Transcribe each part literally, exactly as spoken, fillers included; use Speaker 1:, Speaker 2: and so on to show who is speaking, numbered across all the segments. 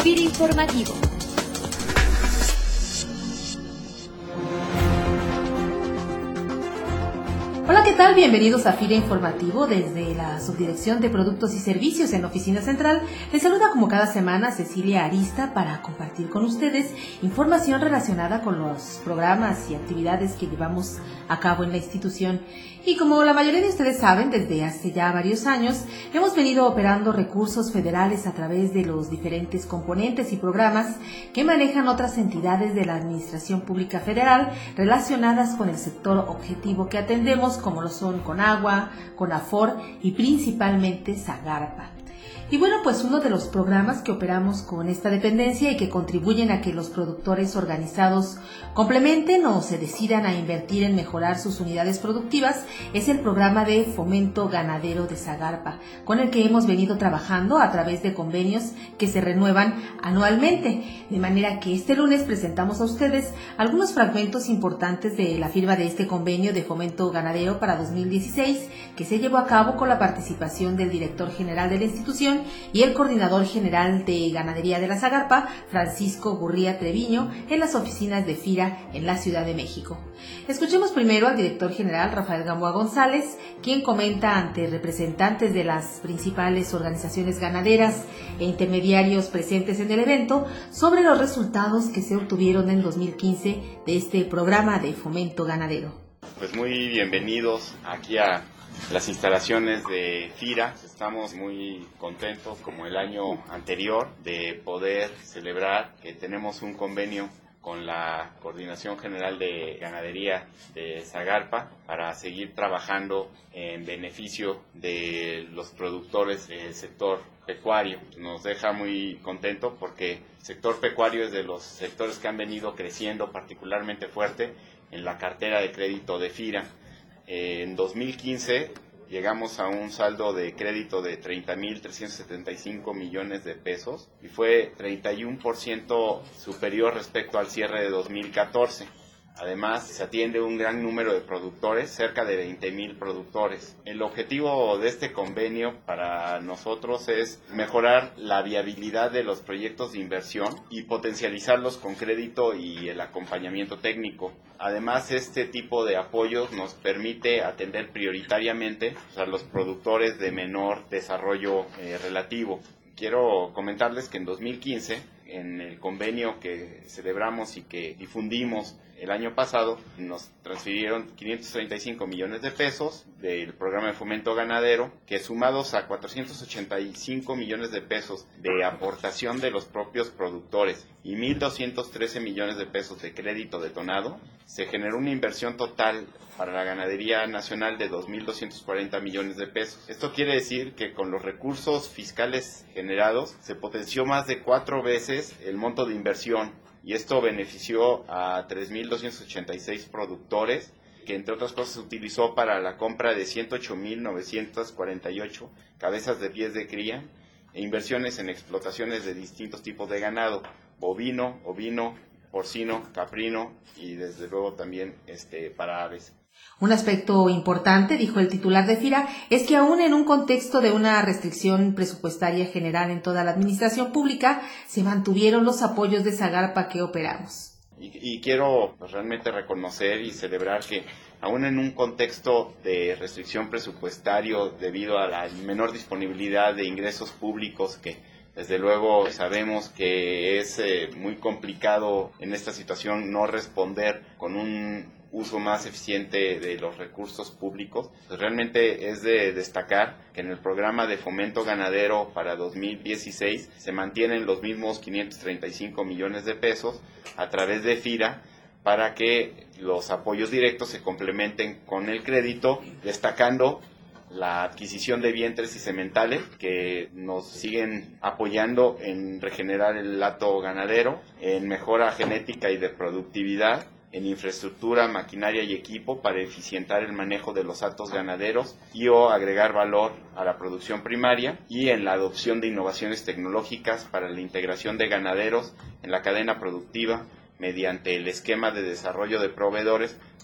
Speaker 1: Zafiro Informativo. Hola, ¿qué tal? Bienvenidos a Zafiro Informativo desde la Subdirección de Productos y Servicios en la Oficina Central. Les saluda como cada semana Cecilia Arista para compartir con ustedes información relacionada con los programas y actividades que llevamos a cabo en la institución. Y como la mayoría de ustedes saben, desde hace ya varios años hemos venido operando recursos federales a través de los diferentes componentes y programas que manejan otras entidades de la Administración Pública Federal relacionadas con el sector objetivo que atendemos, como lo son Conagua, Conafor y principalmente Zagarpa. Y bueno, pues uno de los programas que operamos con esta dependencia y que contribuyen a que los productores organizados complementen o se decidan a invertir en mejorar sus unidades productivas es el programa de fomento ganadero de Zagarpa, con el que hemos venido trabajando a través de convenios que se renuevan anualmente. De manera que este lunes presentamos a ustedes algunos fragmentos importantes de la firma de este convenio de fomento ganadero para dos mil dieciséis, que se llevó a cabo con la participación del director general de la institución y el coordinador general de ganadería de la Zagarpa, Francisco Gurría Treviño, en las oficinas de FIRA en la Ciudad de México. Escuchemos primero al director general Rafael Gamboa González, quien comenta ante representantes de las principales organizaciones ganaderas e intermediarios presentes en el evento sobre los resultados que se obtuvieron en dos mil quince de este programa de fomento ganadero.
Speaker 2: Pues muy bienvenidos aquí a las instalaciones de FIRA. Estamos muy contentos, como el año anterior, de poder celebrar que tenemos un convenio con la Coordinación General de Ganadería de Zagarpa para seguir trabajando en beneficio de los productores del sector pecuario. Nos deja muy contentos porque el sector pecuario es de los sectores que han venido creciendo particularmente fuerte en la cartera de crédito de FIRA. En dos mil quince llegamos a un saldo de crédito de treinta mil trescientos setenta y cinco millones de pesos y fue treinta y uno por ciento superior respecto al cierre de dos mil catorce. Además, se atiende un gran número de productores, cerca de veinte mil productores. El objetivo de este convenio para nosotros es mejorar la viabilidad de los proyectos de inversión y potencializarlos con crédito y el acompañamiento técnico. Además, este tipo de apoyos nos permite atender prioritariamente a los productores de menor desarrollo eh, relativo. Quiero comentarles que en dos mil quince, en el convenio que celebramos y que difundimos el año pasado, nos transfirieron quinientos treinta y cinco millones de pesos del programa de fomento ganadero, que sumados a cuatrocientos ochenta y cinco millones de pesos de aportación de los propios productores y mil doscientos trece millones de pesos de crédito detonado, se generó una inversión total para la ganadería nacional de dos mil doscientos cuarenta millones de pesos. Esto quiere decir que con los recursos fiscales generados se potenció más de cuatro veces el monto de inversión, y esto benefició a tres mil doscientos ochenta y seis productores, que entre otras cosas se utilizó para la compra de ciento ocho mil novecientas cuarenta y ocho cabezas de pies de cría e inversiones en explotaciones de distintos tipos de ganado: bovino, ovino, porcino, caprino y desde luego también este para aves.
Speaker 1: Un aspecto importante, dijo el titular de FIRA, es que aún en un contexto de una restricción presupuestaria general en toda la administración pública, se mantuvieron los apoyos de Zagarpa que operamos.
Speaker 2: Y, y quiero pues, realmente reconocer y celebrar que aún en un contexto de restricción presupuestario debido a la menor disponibilidad de ingresos públicos, que desde luego sabemos que es eh, muy complicado en esta situación no responder con un uso más eficiente de los recursos públicos, pues realmente es de destacar que en el programa de fomento ganadero para dos mil dieciséis se mantienen los mismos quinientos treinta y cinco millones de pesos a través de FIRA para que los apoyos directos se complementen con el crédito, destacando la adquisición de vientres y sementales que nos siguen apoyando en regenerar el hato ganadero, en mejora genética y de productividad, en infraestructura, maquinaria y equipo para eficientar el manejo de los hatos ganaderos y o agregar valor a la producción primaria, y en la adopción de innovaciones tecnológicas para la integración de ganaderos en la cadena productiva mediante el esquema de desarrollo de proveedores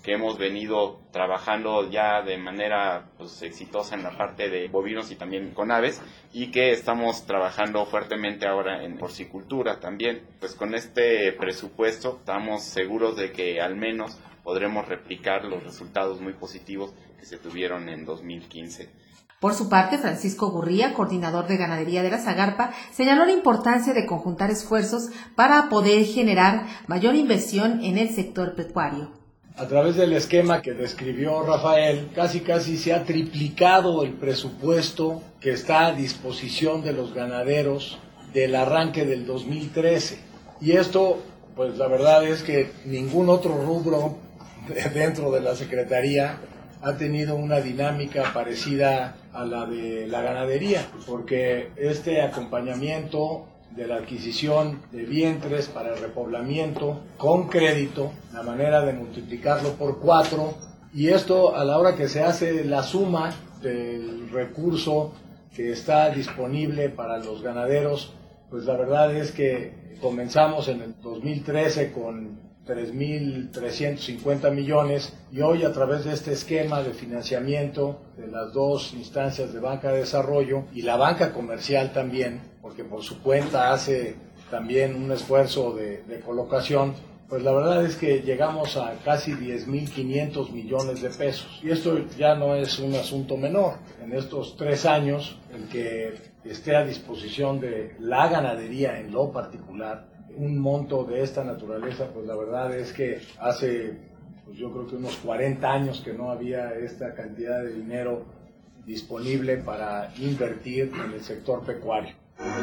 Speaker 2: que hemos venido trabajando ya de manera pues, exitosa en la parte de bovinos y también con aves, y que estamos trabajando fuertemente ahora en porcicultura también. Pues con este presupuesto estamos seguros de que al menos podremos replicar los resultados muy positivos que se tuvieron en dos mil quince.
Speaker 1: Por su parte, Francisco Gurría, coordinador de ganadería de la Zagarpa, señaló la importancia de conjuntar esfuerzos para poder generar mayor inversión en el sector pecuario.
Speaker 3: A través del esquema que describió Rafael, casi casi se ha triplicado el presupuesto que está a disposición de los ganaderos del arranque del dos mil trece. Y esto, pues la verdad es que ningún otro rubro dentro de la Secretaría ha tenido una dinámica parecida a la de la ganadería, porque este acompañamiento de la adquisición de vientres para el repoblamiento con crédito, la manera de multiplicarlo por cuatro, y esto a la hora que se hace la suma del recurso que está disponible para los ganaderos, pues la verdad es que comenzamos en el dos mil trece con tres mil trescientos cincuenta millones y hoy a través de este esquema de financiamiento de las dos instancias de banca de desarrollo y la banca comercial también, porque por su cuenta hace también un esfuerzo de, de colocación, pues la verdad es que llegamos a casi diez mil quinientos millones de pesos. Y esto ya no es un asunto menor. En estos tres años, el que esté a disposición de la ganadería en lo particular, un monto de esta naturaleza, pues la verdad es que hace, pues yo creo que unos cuarenta años que no había esta cantidad de dinero disponible para invertir en el sector pecuario.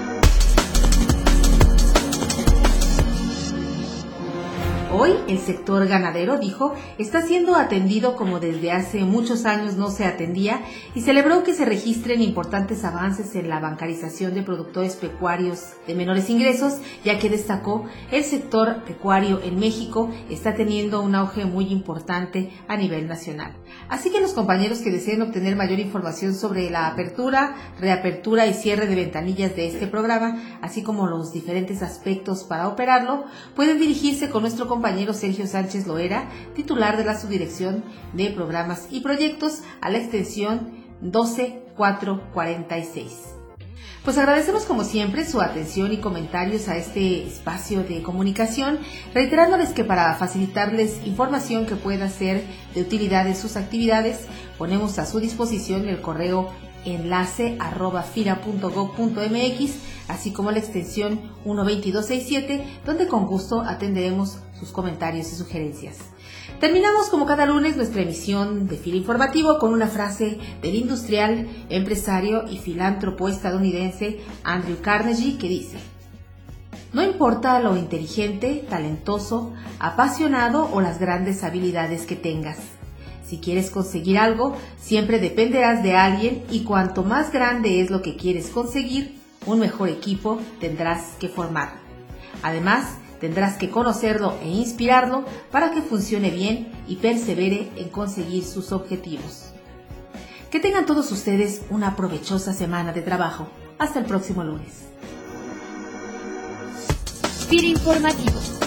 Speaker 1: Hoy el sector ganadero, dijo, está siendo atendido como desde hace muchos años no se atendía y celebró que se registren importantes avances en la bancarización de productores pecuarios de menores ingresos, ya que destacó el sector pecuario en México está teniendo un auge muy importante a nivel nacional. Así que los compañeros que deseen obtener mayor información sobre la apertura, reapertura y cierre de ventanillas de este programa, así como los diferentes aspectos para operarlo, pueden dirigirse con nuestro compañero compañero Sergio Sánchez Loera, titular de la Subdirección de Programas y Proyectos, a la extensión doce mil cuatrocientos cuarenta y seis. Pues agradecemos como siempre su atención y comentarios a este espacio de comunicación, reiterándoles que para facilitarles información que pueda ser de utilidad en sus actividades, ponemos a su disposición el correo enlace arroba fira punto gob punto mx, así como la extensión uno veintidós sesenta y siete, donde con gusto atenderemos sus comentarios y sugerencias. Terminamos como cada lunes nuestra emisión de Fira Informativo con una frase del industrial, empresario y filántropo estadounidense Andrew Carnegie que dice: no importa lo inteligente, talentoso, apasionado o las grandes habilidades que tengas. Si quieres conseguir algo, siempre dependerás de alguien y cuanto más grande es lo que quieres conseguir, un mejor equipo tendrás que formar. Además, tendrás que conocerlo e inspirarlo para que funcione bien y persevere en conseguir sus objetivos. Que tengan todos ustedes una provechosa semana de trabajo. Hasta el próximo lunes.
Speaker 4: Fira Informativo.